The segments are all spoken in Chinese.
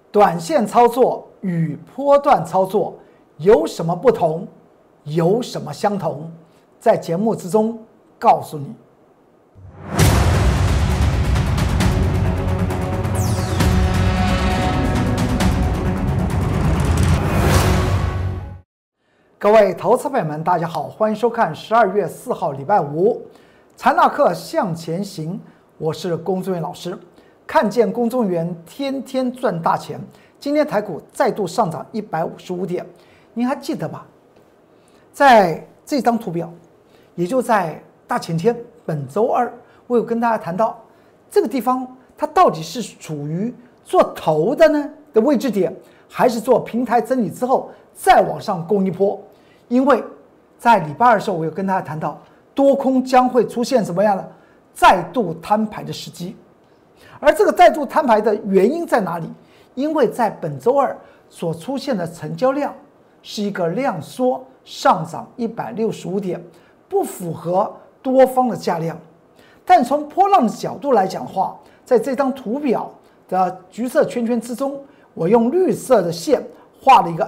短线操作与波段操作有什么不同？有什么相同？在节目之中告诉你。各位投资朋友们，大家好，欢迎收看12月4号礼拜五财纳课向前行，我是龚宗元老师。看见龚宗元天天赚大钱，今天台股再度上涨155点，您还记得吧？在这张图表，也就在大前天本周二，我有跟大家谈到这个地方，它到底是处于做头的呢的位置点，还是做平台整理之后再往上攻一波？因为在礼拜二的时候，我有跟大家谈到多空将会出现什么样的再度摊牌的时机，而这个再度摊牌的原因在哪里？因为在本周二所出现的成交量是一个量缩上涨165点，不符合多方的价量。但从波浪的角度来讲的话，在这张图表的橘色圈圈之中，我用绿色的线画了一个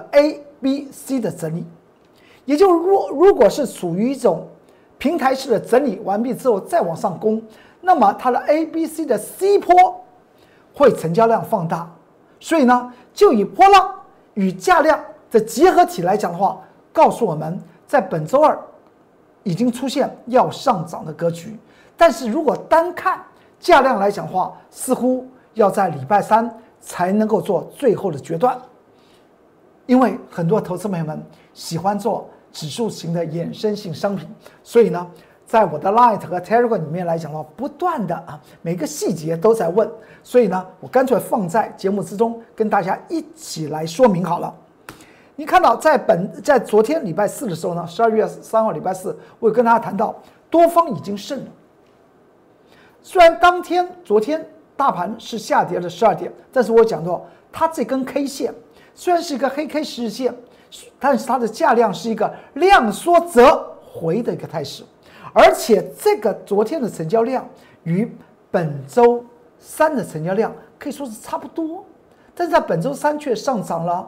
A、B、C 的整理。也就是如果是处于一种平台式的整理完毕之后再往上攻，那么它的 A、B、C 的 C 波会成交量放大，所以呢，就以波浪与价量的结合体来讲的话，告诉我们在本周二已经出现要上涨的格局。但是如果单看价量来讲的话，似乎要在礼拜三才能够做最后的决断。因为很多投资朋友们喜欢做指数型的衍生性商品，所以呢，在我的 Line 和 Telegram 里面来讲的话，不断的每个细节都在问，所以呢，我干脆放在节目之中跟大家一起来说明好了。你看到在昨天礼拜四的时候呢，12月3号礼拜四，我有跟大家谈到多方已经胜了。虽然昨天大盘是下跌了12点，但是我讲到它这根 K 线虽然是一个黑 K 十日线，但是它的价量是一个量缩则回的一个态势，而且这个昨天的成交量与本周三的成交量可以说是差不多，但是在本周三却上涨了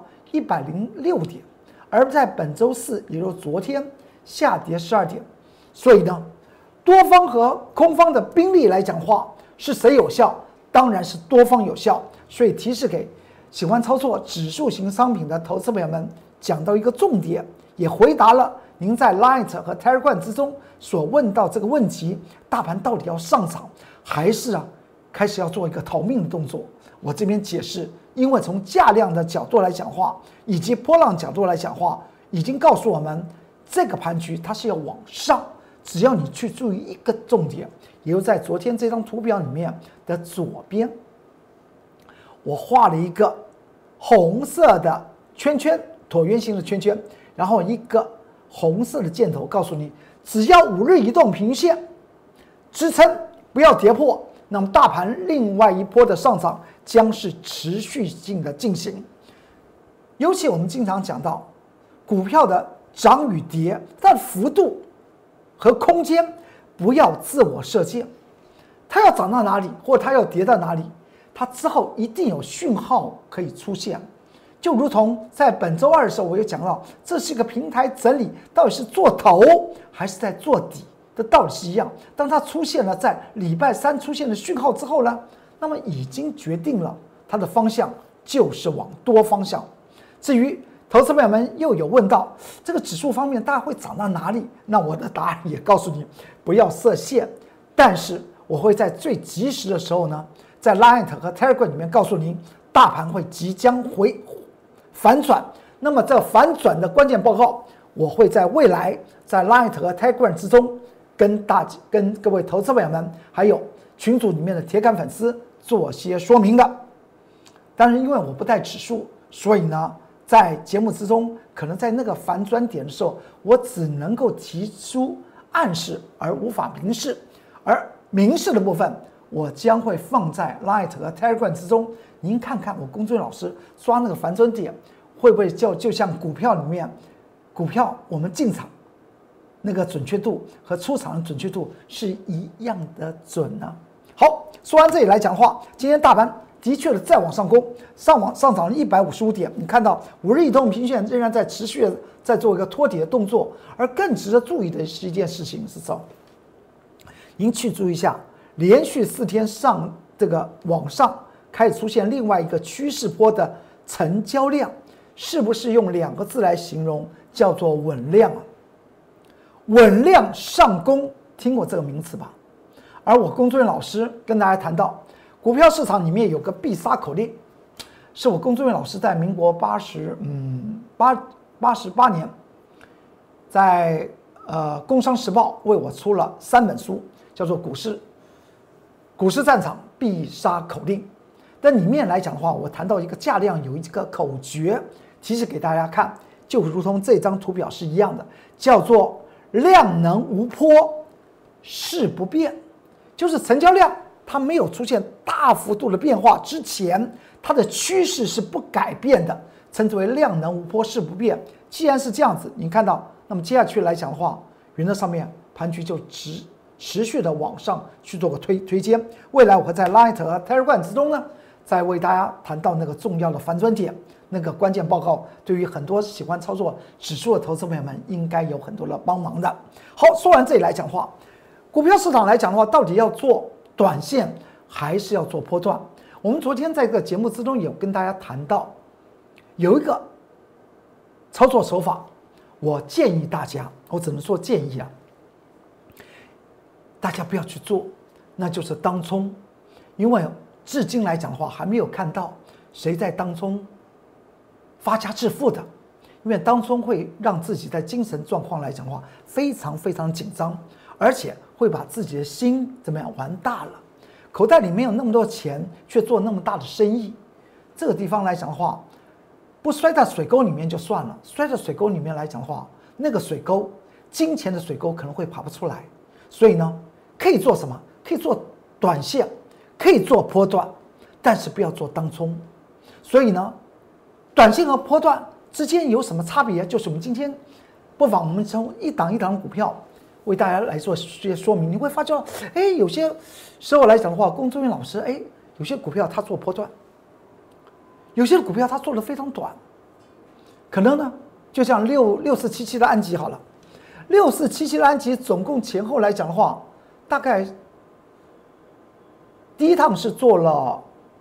106点，而在本周四，也就是昨天下跌12点，所以呢，多方和空方的兵力来讲话，是谁有效？当然是多方有效，所以提示给喜欢操作指数型商品的投资朋友们，讲到一个重点，也回答了您在 Line 和 Telegram 之中所问到这个问题：大盘到底要上涨，还是开始要做一个逃命的动作？我这边解释，因为从价量的角度来讲话，以及波浪角度来讲话，已经告诉我们这个盘局它是要往上，只要你去注意一个重点，也就在昨天这张图表里面的左边，我画了一个红色的圈圈，椭圆形的圈圈，然后一个红色的箭头，告诉你只要5日移动平线支撑不要跌破，那么大盘另外一波的上涨将是持续性的进行。尤其我们经常讲到股票的涨与跌，它的幅度和空间不要自我设限，它要涨到哪里或它要跌到哪里，它之后一定有讯号可以出现。就如同在本周二的时候，我有讲到，这是一个平台整理，到底是做头还是在做底的道理是一样。当它出现了在礼拜三出现的讯号之后呢，那么已经决定了它的方向就是往多方向。至于投资朋友们又有问到这个指数方面大概会涨到哪里，那我的答案也告诉你，不要设限，但是我会在最及时的时候呢，在 Line 和 Telegram 里面告诉您，大盘会即将反转。那么这反转的关键报告，我会在未来在 Line 和 Telegram 之中跟各位投资朋友们，还有群组里面的铁杆粉丝做些说明的。当然，因为我不带指数，所以呢，在节目之中，可能在那个反转点的时候，我只能够提出暗示，而无法明示。而明示的部分，我将会放在 Line 和 Telegram 之中。您看看我龚宗元老师抓那个反转点，会不会就像股票里面，股票我们进场那个准确度和出场的准确度是一样的准呢？好，说完这里来讲话，今天大盘的确的再往上攻，上涨了155点。你看到5日移动平均线仍然在持续的在做一个托底的动作。而更值得注意的是一件事情是什么？您去注意一下，连续4天往上开始出现另外一个趋势波的成交量，是不是用2个字来形容，叫做稳量啊？稳量上攻，听过这个名词吧？而我工作人员老师跟大家谈到，股票市场里面有个必杀口令，是我工作人员老师在民国88年，在工商时报为我出了3本书，叫做股市战场必杀口令。但里面来讲的话，我谈到一个价量有一个口诀，提示给大家看，就如同这张图表是一样的，叫做量能无波，势不变。就是成交量它没有出现大幅度的变化之前，它的趋势是不改变的，称之为量能无波，势不变。既然是这样子，你看到，那么接下去来讲的话，原则上面盘局就持续的往上去做个推荐。未来我会在 Light 和 Telegram 之中呢，再为大家谈到那个重要的反转点，那个关键报告，对于很多喜欢操作指数的投资朋友们应该有很多的帮忙的。好，说完这里来讲的话，股票市场来讲的话，到底要做短线还是要做波段？我们昨天在这个节目之中有跟大家谈到，有一个操作手法，我建议大家，我只能说建议啊，大家不要去做，那就是当冲，因为至今来讲的话，还没有看到谁在当冲发家致富的，因为当冲会让自己在精神状况来讲的话，非常非常紧张，而且会把自己的心怎么样玩大了，口袋里没有那么多钱，却做那么大的生意，这个地方来讲的话，不摔在水沟里面就算了，摔在水沟里面来讲的话，那个水沟，金钱的水沟可能会爬不出来。所以呢，可以做什么？可以做短线，可以做波段，但是不要做当冲。所以呢，短线和波段之间有什么差别？就是我们今天不妨我们从一档一档股票为大家来做些说明。你会发觉，有些时候来讲的话，工作人员老师，有些股票他做波段，有些股票他做的非常短，可能呢，就像6477的安吉好了，6477的安吉总共前后来讲的话，大概第一趟是做了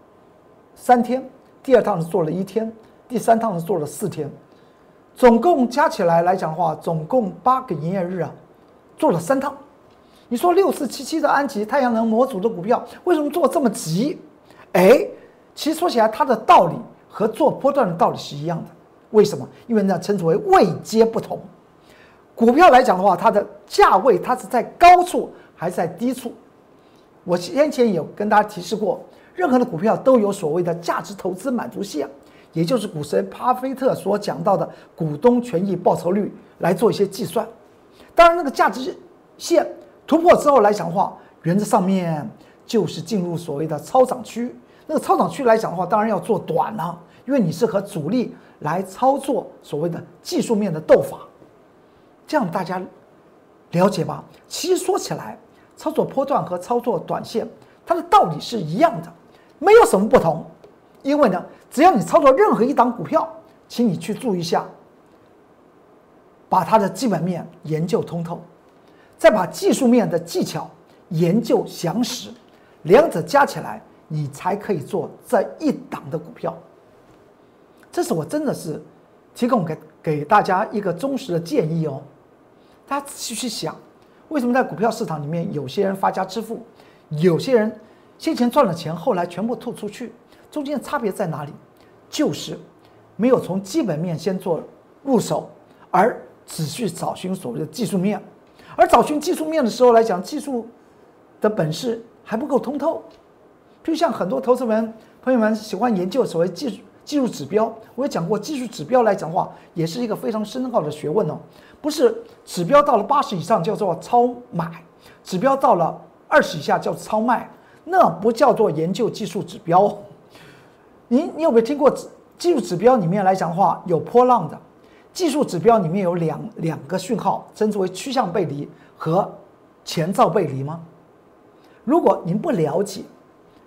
3天，第二趟是做了1天，第三趟是做了4天，总共加起来来讲的话，总共8个营业日啊，做了3趟。你说6477的安吉太阳能模组的股票为什么做这么急？其实说起来，它的道理和做波段的道理是一样的。为什么？因为那称之为位阶不同。股票来讲的话，它的价位它是在高处还是在低处？我先前有跟大家提示过，任何的股票都有所谓的价值投资满足线，也就是股神巴菲特所讲到的股东权益报酬率来做一些计算。当然，那个价值线突破之后来讲的话，原则上面就是进入所谓的超涨区。那个超涨区来讲的话，当然要做短了，因为你是和主力来操作所谓的技术面的斗法，这样大家了解吧？其实说起来，操作波段和操作短线，它的道理是一样的，没有什么不同。因为呢，只要你操作任何一档股票，请你去注意一下，把它的基本面研究通透，再把技术面的技巧研究详实，两者加起来，你才可以做这一档的股票。这是我真的是提供给大家一个忠实的建议哦。大家仔细去想，为什么在股票市场里面有些人发家致富，有些人先前赚了钱，后来全部吐出去，中间的差别在哪里？就是没有从基本面先做入手，而只去找寻所谓的技术面。而找寻技术面的时候来讲，技术的本事还不够通透。就像很多投资人朋友们喜欢研究所谓技术指标，我也讲过，技术指标来讲的话，也是一个非常深奥的学问哦。不是指标到了80以上叫做超买，指标到了20以下叫做超卖，那不叫做研究技术指标。你有没有听过技术指标里面来讲的话有波浪的？技术指标里面有两个讯号，称之为趋向背离和前兆背离吗？如果您不了解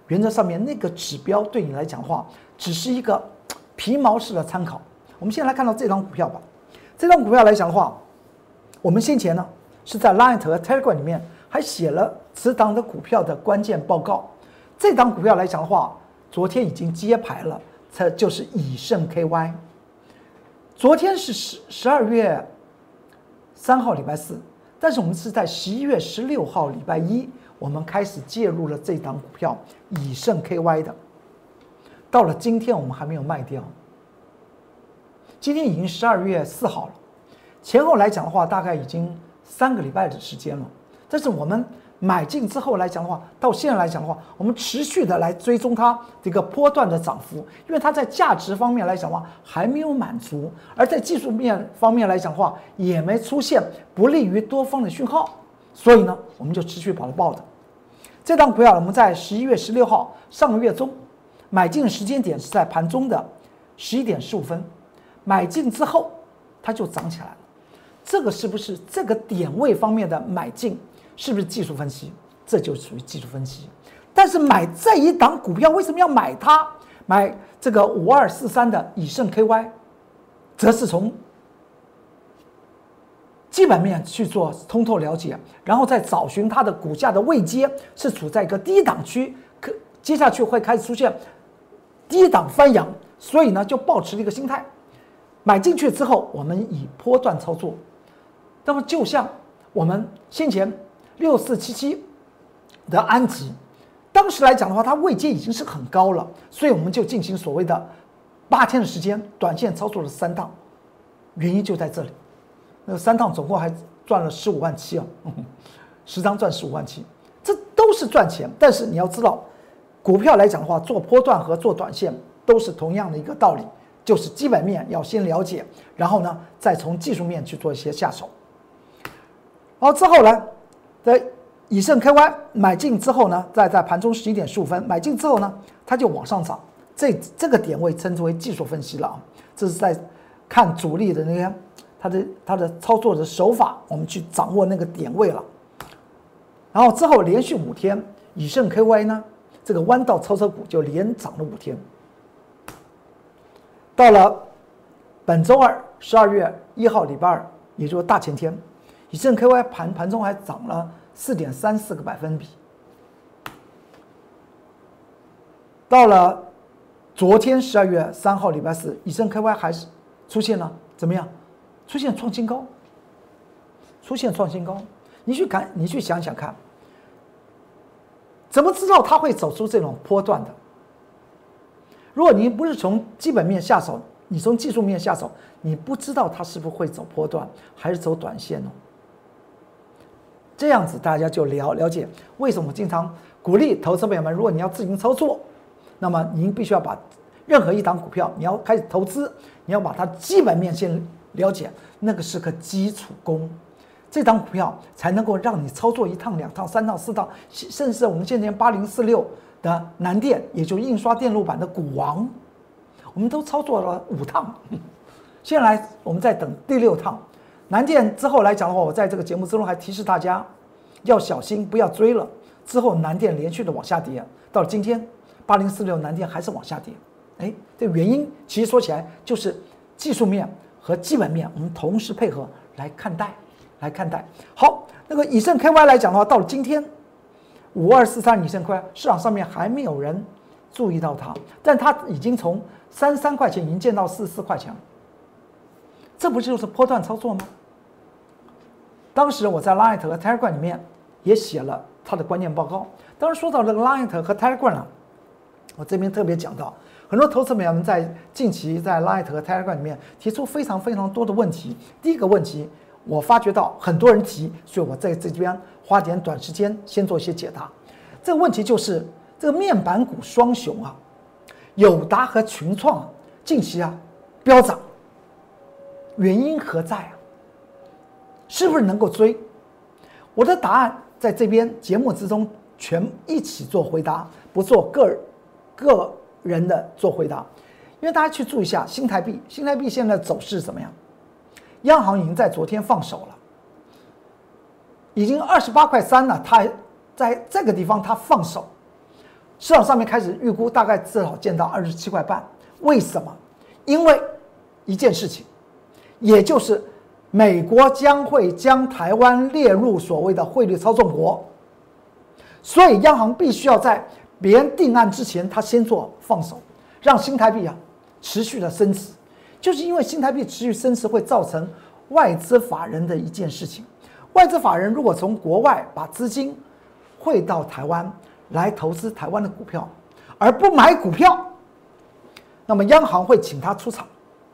原则上面那个指标对你来讲的话，只是一个皮毛式的参考。我们先来看到这张股票吧。这张股票来讲的话，我们先前呢是在 Line 和 Telegram 里面还写了此档的股票的关键报告。这档股票来讲的话，昨天已经揭牌了，这就是以盛 KY。昨天是12月3号礼拜四，但是我们是在11月16号礼拜一，我们开始介入了这档股票以盛 KY 的。到了今天我们还没有卖掉，今天已经12月4号了，前后来讲的话大概已经3个礼拜的时间了。但是我们买进之后来讲的话，到现在来讲的话，我们持续的来追踪它这个波段的涨幅，因为它在价值方面来讲的话还没有满足，而在技术面方面来讲的话也没出现不利于多方的讯号，所以呢我们就持续把它抱着。这档股票我们在11月16号上个月中买进的时间点是在盘中的11点15分，买进之后它就涨起来了。这个是不是这个点位方面的买进？是不是技术分析？这就属于技术分析。但是买这一档股票，为什么要买它？买这个5243的以盛 KY， 则是从基本面去做通透了解，然后再找寻它的股价的位阶是处在一个低档区，接下去会开始出现低档翻扬，所以呢就抱持了一个心态，买进去之后，我们以波段操作。那么就像我们先前6477的安吉，当时来讲的话，它位阶已经是很高了，所以我们就进行所谓的8天的时间，短线操作了3趟，原因就在这里。那个3趟总共还赚了15万7哦，10张赚15万7，这都是赚钱。但是你要知道，股票来讲的话，做波段和做短线都是同样的一个道理，就是基本面要先了解，然后呢，再从技术面去做一些下手。然后之后呢，在以盛 KY 买进之后呢，在盘中11点15分买进之后呢，它就往上涨，这个点位称之为技术分析了啊。这是在看主力的那个它的操作的手法，我们去掌握那个点位了。然后之后连续5天，以盛 KY 呢，这个弯道超车股就连涨了5天。到了本周二12月1号礼拜二，也就是大前天，以盛 KY 盘中还涨了4.34个百分比。到了昨天12月3号礼拜四，以盛 KY 还是出现了怎么样？出现创新高，出现创新高。你去想想看，怎么知道它会走出这种波段的？如果你不是从基本面下手，你从技术面下手，你不知道它是不是会走波段，还是走短线哦。这样子大家就了解为什么我经常鼓励投资朋友们，如果你要自行操作，那么您必须要把任何一档股票，你要开始投资，你要把它基本面先了解，那个是个基础功，这档股票才能够让你操作1趟、2趟、3趟、4趟，甚至我们现前8046的南电，也就是印刷电路板的股王，我们都操作了5趟，现在来我们在等第6趟。南电之后来讲的话，我在这个节目之中还提示大家要小心，不要追了。之后南电连续的往下跌，到了今天8046南电还是往下跌。哎，这原因其实说起来就是技术面和基本面我们同时配合来看待。好，那个以盛 KY 来讲的话，到了今天5243以盛 KY 市场上面还没有人注意到它，但它已经从33块钱已经见到44块钱了，这不就是波段操作吗？当时我在 Line 和 Telegram 里面也写了它的关键报告。当时说到这个 Line 和 Telegram 呢，我这边特别讲到，很多投资朋友们在近期在 Line 和 Telegram 里面提出非常多的问题。第一个问题，我发觉到很多人提，所以我在这边花点短时间先做一些解答。这个问题就是这个面板股双雄啊，友达和群创啊，近期啊飙涨，原因何在啊？是不是能够追？我的答案在这边节目之中全一起做回答，不做个人的做回答。因为大家去注意一下新台币现在的走势怎么样？央行已经在昨天放手了，已经28.3块了，它在这个地方它放手， 市场上面开始预估大概至少见到27块半。为什么？因为一件事情，也就是美国将会将台湾列入所谓的汇率操纵国，所以央行必须要在别人定案之前，他先做放手，让新台币持续的升值。就是因为新台币持续升值会造成外资法人的一件事情，外资法人如果从国外把资金汇到台湾来投资台湾的股票，而不买股票，那么央行会请他出场，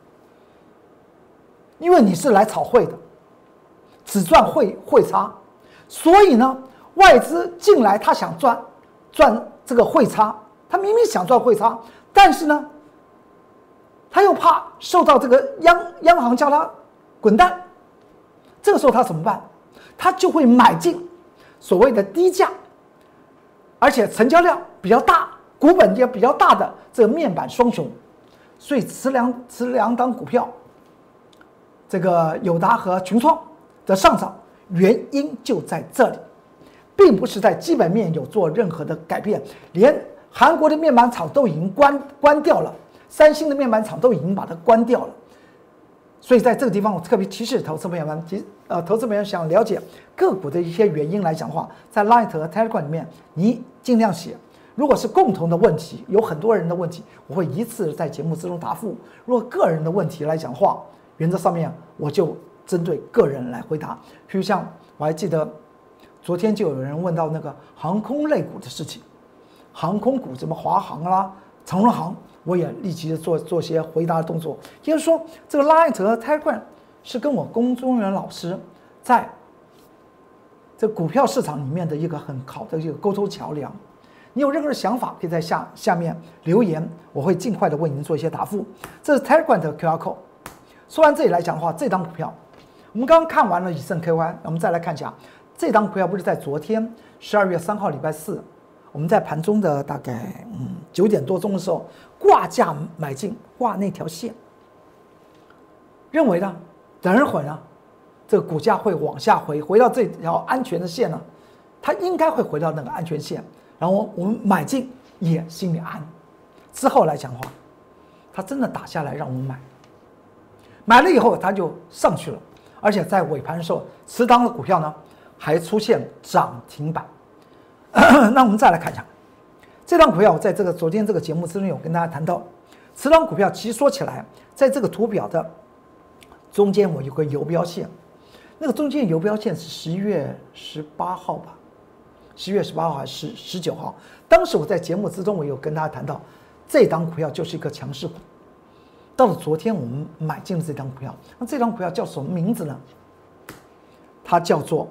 因为你是来炒汇的，只赚汇差，所以呢，外资进来他想赚这个汇差，他明明想赚汇差，但是呢，他又怕受到这个央行叫他滚蛋，这个时候他怎么办？他就会买进所谓的低价，而且成交量比较大、股本也比较大的这个面板双雄，所以持两档股票，这个友达和群创的上涨原因就在这里，并不是在基本面有做任何的改变，连韩国的面板厂都已经关掉了，三星的面板厂都已经把它关掉了。所以在这个地方，我特别提示投资朋友们，投资朋友想了解个股的一些原因来讲的话，在 Line 和 Telegram 里面，你尽量写。如果是共同的问题，有很多人的问题，我会一次在节目之中答复。如果个人的问题来讲的话，原则上面我就针对个人来回答。譬如像我还记得昨天就有人问到那个航空类股的事情，航空股什么华航啦、长荣航。我也立即的做些回答的动作，也就是说，这个 Line 和 Telegram 是跟我龚宗元老师在这股票市场里面的一个很好的一个沟通桥梁。你有任何的想法，可以在下面留言，我会尽快的为您做一些答复。这是 Telegram 的 QR code。说完这里来讲的话，这档股票我们刚刚看完了以盛 KY， 我们再来看一下这档股票，不是在昨天12月3号礼拜四。我们在盘中的大概9点多钟的时候挂价买进，挂那条线，认为呢，等一会儿呢，这个股价会往下回到这条安全的线呢，它应该会回到那个安全线，然后我们买进也心里安。之后来讲的话，它真的打下来让我们买了以后它就上去了，而且在尾盘的时候，持仓的股票呢还出现涨停板。那我们再来看一下这档股票，我在昨天这个节目之中有跟大家谈到，此档股票其实说起来，在这个图表的中间我有个游标线，那个中间游标线是11月18号吧，11月18号还是19号？当时我在节目之中我有跟大家谈到，这档股票就是一个强势股。到了昨天我们买进了这档股票，那这档股票叫什么名字呢？它叫做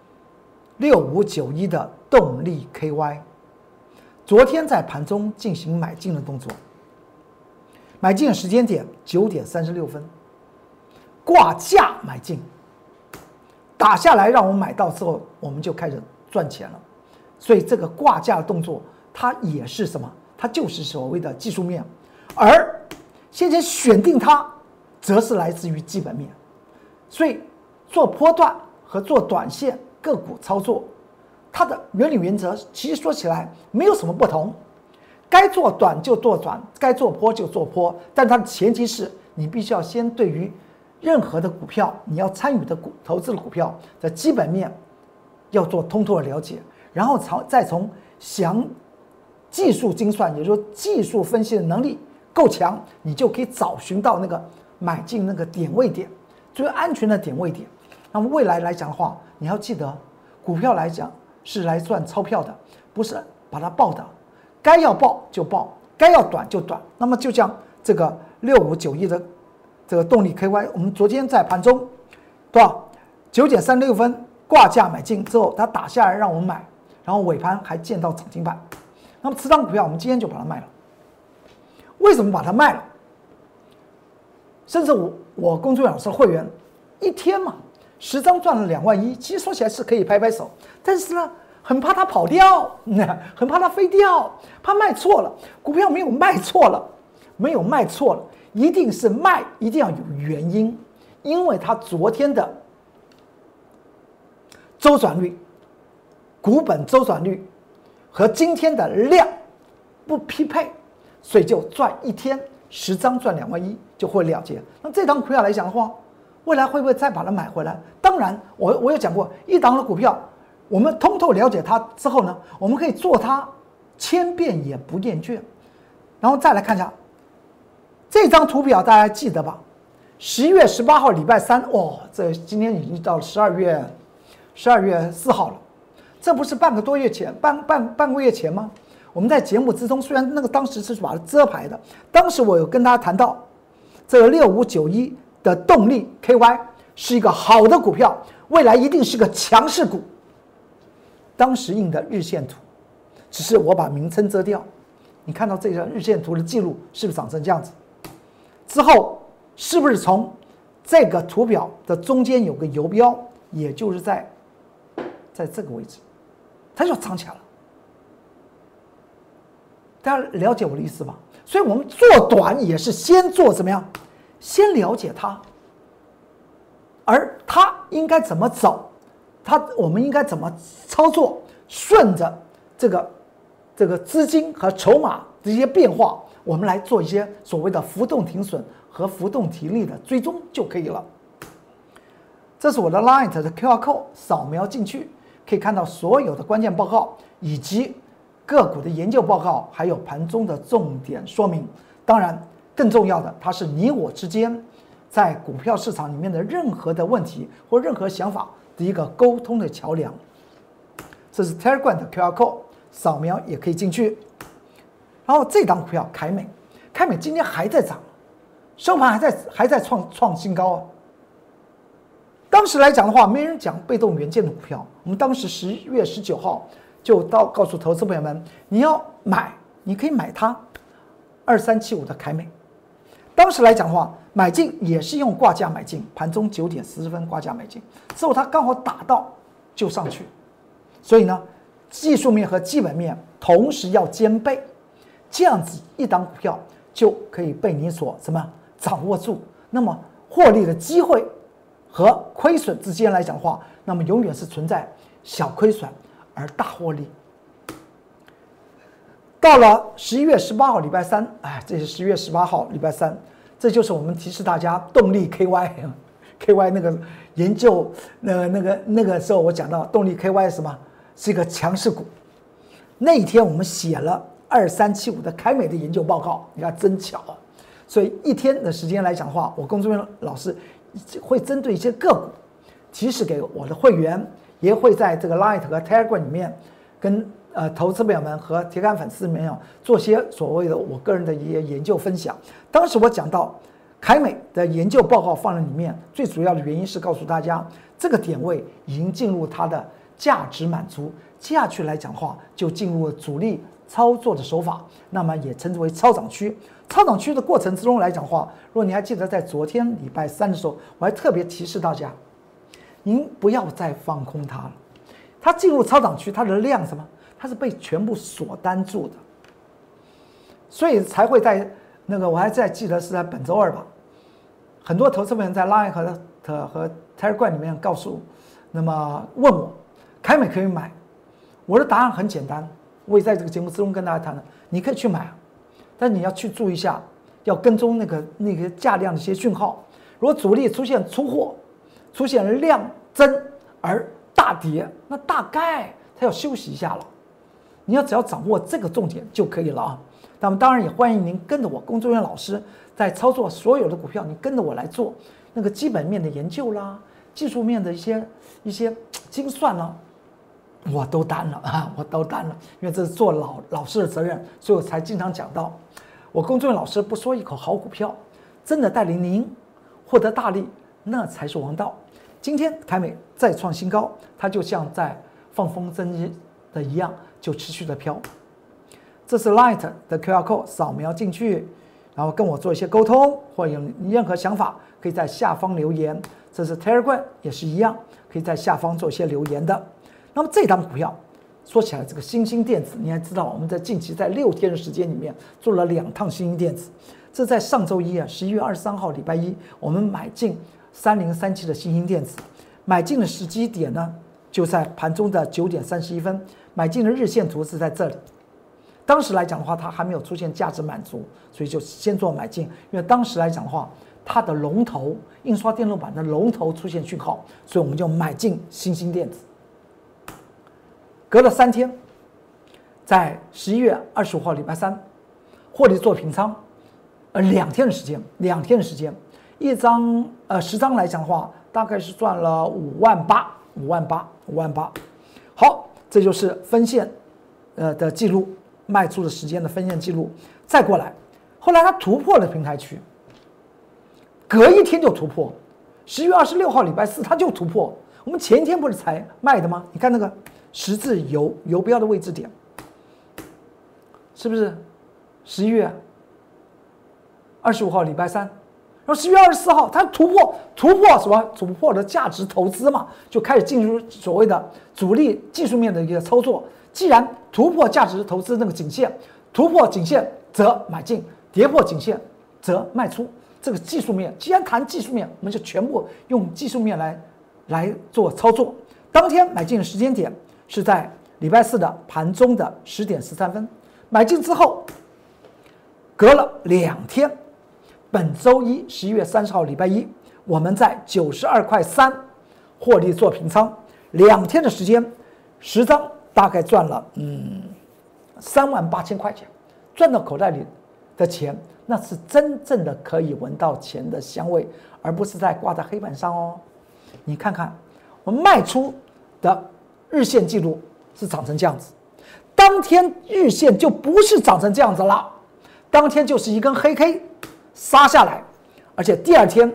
6591的动力 KY， 昨天在盘中进行买进的动作，买进的时间点9点36分，挂价买进，打下来让我们买到之后，我们就开始赚钱了。所以这个挂价的动作，它也是什么？它就是所谓的技术面，而先前选定它，则是来自于基本面。所以做波段和做短线个股操作，它的原理原则其实说起来没有什么不同，该做短就做短，该做波就做波，但它的前提是你必须要先对于任何的股票，你要参与的投资的股票的基本面要做通透的了解，然后再从技术精算，也就是说技术分析的能力够强，你就可以找寻到那个买进那个点位点，最安全的点位点。那么未来来讲的话，你要记得，股票来讲是来赚钞票的，不是把它抱的，该要抱就抱，该要短就短。那么就像这个6591的这个动力 KY， 我们昨天在盘中多少9点36分挂价买进之后，它打下来让我们买，然后尾盘还见到涨停板。那么此档股票我们今天就把它卖了。为什么把它卖了？甚至我龚宗元老师的会员一天嘛10张赚了2万1，其实说起来是可以拍拍手，但是呢，很怕它跑掉，很怕它飞掉，怕卖错了。股票没有卖错了，没有卖错了，一定是卖，一定要有原因，因为它昨天的周转率、股本周转率和今天的量不匹配，所以就赚一天10张赚2万1就会了结。那这档股票来讲的话，未来会不会再把它买回来？当然，我有讲过，一档的股票，我们通透了解它之后呢，我们可以做它千遍也不厌倦。然后再来看一下这张图表，大家记得吧？11月18号礼拜三，这今天已经到了12月4号了，这不是半个多月前，半个月前吗？我们在节目之中，虽然那个当时是把它遮牌的，当时我有跟大家谈到，这个6591的动力 KY 是一个好的股票，未来一定是个强势股。当时印的日线图，只是我把名称遮掉。你看到这张日线图的记录是不是长成这样子？之后是不是从这个图表的中间有个游标，也就是在这个位置，它就长起来了。大家了解我的意思吧？所以我们做短也是先做怎么样？先了解它，而它应该怎么走，我们应该怎么操作，顺着这个资金和筹码的一些变化，我们来做一些所谓的浮动停损和浮动提利的追踪就可以了。这是我的 Line 的 QR Code， 扫描进去可以看到所有的关键报告以及个股的研究报告，还有盘中的重点说明。当然更重要的，它是你我之间在股票市场里面的任何的问题或任何想法的一个沟通的桥梁。这是 Telegram 的 QR Code， 扫描也可以进去。然后这档股票凯美今天还在涨，收盘还在创新高啊。当时来讲的话，没人讲被动元件的股票，我们当时10月19号就告诉投资朋友们，你要买，你可以买它2375的凯美。当时来讲的话，买进也是用挂价买进，盘中9点40分挂价买进，之后它刚好打到就上去，所以呢，技术面和基本面同时要兼备，这样子一档股票就可以被你所掌握住。那么获利的机会和亏损之间来讲的话，那么永远是存在小亏损而大获利。到了11月18号礼拜三，这是11月18号礼拜三，这就是我们提示大家动力 KY 那个研究，那个时候我讲到动力 KY 是什么？是一个强势股。那一天我们写了2375的凯美的研究报告，你看真巧啊！所以一天的时间来讲的话，我工作人员老师会针对一些个股提示给我的会员，也会在这个 Line 和 Telegram 里面跟投资朋友们和铁杆粉丝们做些所谓的我个人的一些研究分享。当时我讲到凯美的研究报告放在里面，最主要的原因是告诉大家，这个点位已经进入它的价值满足，接下去来讲的话就进入了主力操作的手法，那么也称之为超涨区。超涨区的过程之中来讲的话，如果你还记得在昨天礼拜三的时候，我还特别提示大家，您不要再放空它了。它进入超涨区，它的量什么？它是被全部锁单住的，所以才会在我还在记得是在本周二吧，很多投资朋友在 Line 和 Telegram 里面告诉，那么问我凯美可以买，我的答案很简单，我也在这个节目之中跟大家谈了，你可以去买，但你要去注意一下，要跟踪那个价量的一些讯号。如果主力出现出货，出现量增而大跌，那大概它要休息一下了。你只要掌握这个重点就可以了啊。那么当然也欢迎您跟着我工作人员老师在操作所有的股票，你跟着我来做那个基本面的研究啦，技术面的一些精算啦，我都担了，因为这是做老师的责任，所以我才经常讲到，我工作人员老师不说一口好股票，真的带领您获得大利，那才是王道。今天凯美再创新高，它就像在放风筝的一样，就持续的飘。这是 Light 的 QR Code， 扫描进去，然后跟我做一些沟通，或有任何想法，可以在下方留言。这是 Telegram 也是一样，可以在下方做一些留言的。那么这档股票说起来，这个新兴电子，你还知道我们在近期在6天的时间里面做了2趟新兴电子。这在上周一11月23号礼拜一，我们买进3037的新兴电子，买进的时机点呢，就在盘中的9点31分，买进的日线图是在这里。 当时来讲的话，它还没有出现价值满足，所以就先做买进。因为当时来讲的话，它的龙头印刷电路板的龙头出现讯号，所以我们就买进新兴电子。隔了3天，在11月25号礼拜三，获利做平仓，2天的时间，2天的时间，一张10张来讲的话，大概是赚了5万八。好，这就是分线的记录，卖出的时间的分线记录。再过来，后来它突破了平台区，隔一天就突破，10月26号礼拜四它就突破。我们前一天不是才卖的吗？你看那个十字游标的位置点，是不是11月25号礼拜三？然后10月24号它突破什么？突破的价值投资嘛，就开始进入所谓的主力技术面的一个操作。既然突破价值投资那个颈线，突破颈线则买进，跌破颈线则卖出。这个技术面，既然谈技术面，我们就全部用技术面来做操作。当天买进的时间点是在礼拜四的盘中的10点13分，买进之后，隔了2天，本周一11月30号礼拜一，我们在92.3块获利做平仓，2天的时间，10张大概赚了38000块钱，赚到口袋里的钱，那是真正的可以闻到钱的香味，而不是在挂在黑板上哦。你看看，我们卖出的日线记录是长成这样子，当天日线就不是长成这样子了，当天就是一根黑 K 杀下来，而且第2天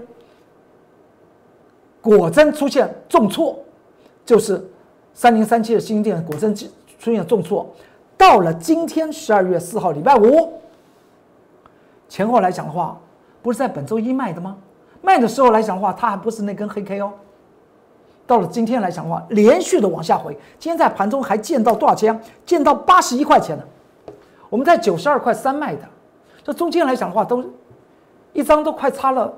果真出现重挫，就是3037的新电果真出现重挫。到了今天12月4号礼拜五前后来讲的话，不是在本周一卖的吗？卖的时候来讲的话，它还不是那根黑 K 哦。到了今天来讲的话，连续的往下回，今天在盘中还见到多少钱？见到81块钱呢。我们在92.3块卖的，这中间来讲的话，都一张都快差了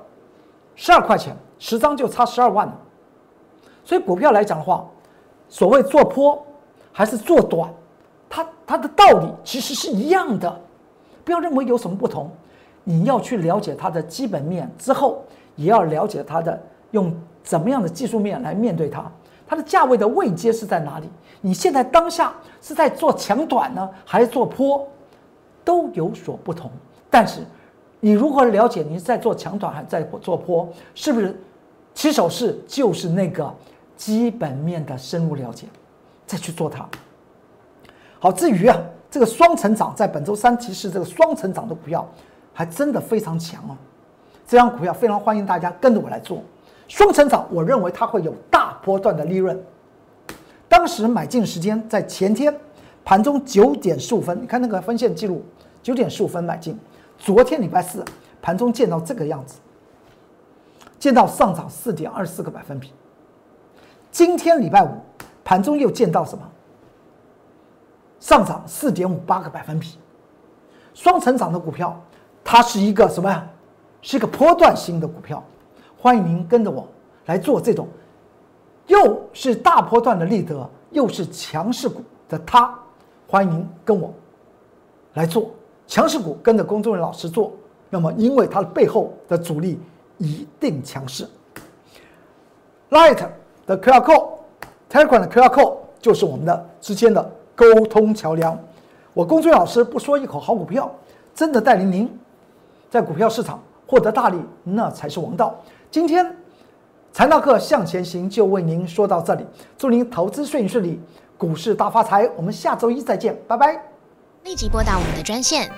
12块钱，10张就差12万了。所以股票来讲的话，所谓做波还是做短，它的道理其实是一样的，不要认为有什么不同。你要去了解它的基本面之后，也要了解它的用怎么样的技术面来面对它，它的价位的位阶是在哪里？你现在当下是在做强短呢，还是做波，都有所不同。但是你如何了解你是在做强短还是在做波，是不是起手式就是那个基本面的深入了解，再去做它。好，至于这个双成长，在本周三提示这个双成长的股票还真的非常强哦。这张股票非常欢迎大家跟着我来做双成长，我认为它会有大波段的利润。当时买进时间在前天盘中9点15分，你看那个分线记录，9点15分买进。昨天礼拜四盘中见到这个样子，见到上涨4.24个百分比。今天礼拜五盘中又见到什么？上涨4.58个百分比。双成长的股票，它是一个什么呀？是一个波段型的股票。欢迎您跟着我来做这种又是大波段的利得，又是强势股的它。欢迎您跟我来做强势股，跟着龚宗仁老师做。那么，因为它的背后的主力一定强势。Light 的 QR code、Telegram 的 QR code 就是我们的之间的沟通桥梁。我龚宗仁老师不说一口好股票，真的带领您在股票市场获得大利，那才是王道。今天财纳课向前行就为您说到这里，祝您投资顺利，股市大发财。我们下周一再见，拜拜。 立即拨打我们的专线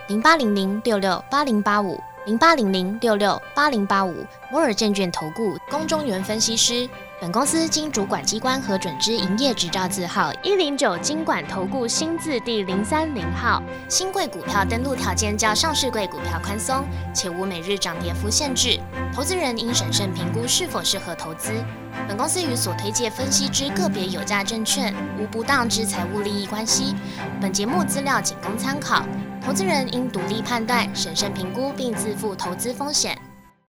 0800668085，0800668085，摩尔证券投顾龚中原分析师。本公司经主管机关核准之营业执照字号109金管投顾新字第030号。新贵股票登录条件较上市贵股票宽松，且无每日涨跌幅限制。投资人应审慎评估是否适合投资。本公司与所推介分析之个别有价证券无不当之财务利益关系。本节目资料仅供参考，投资人应独立判断、审慎评估并自负投资风险。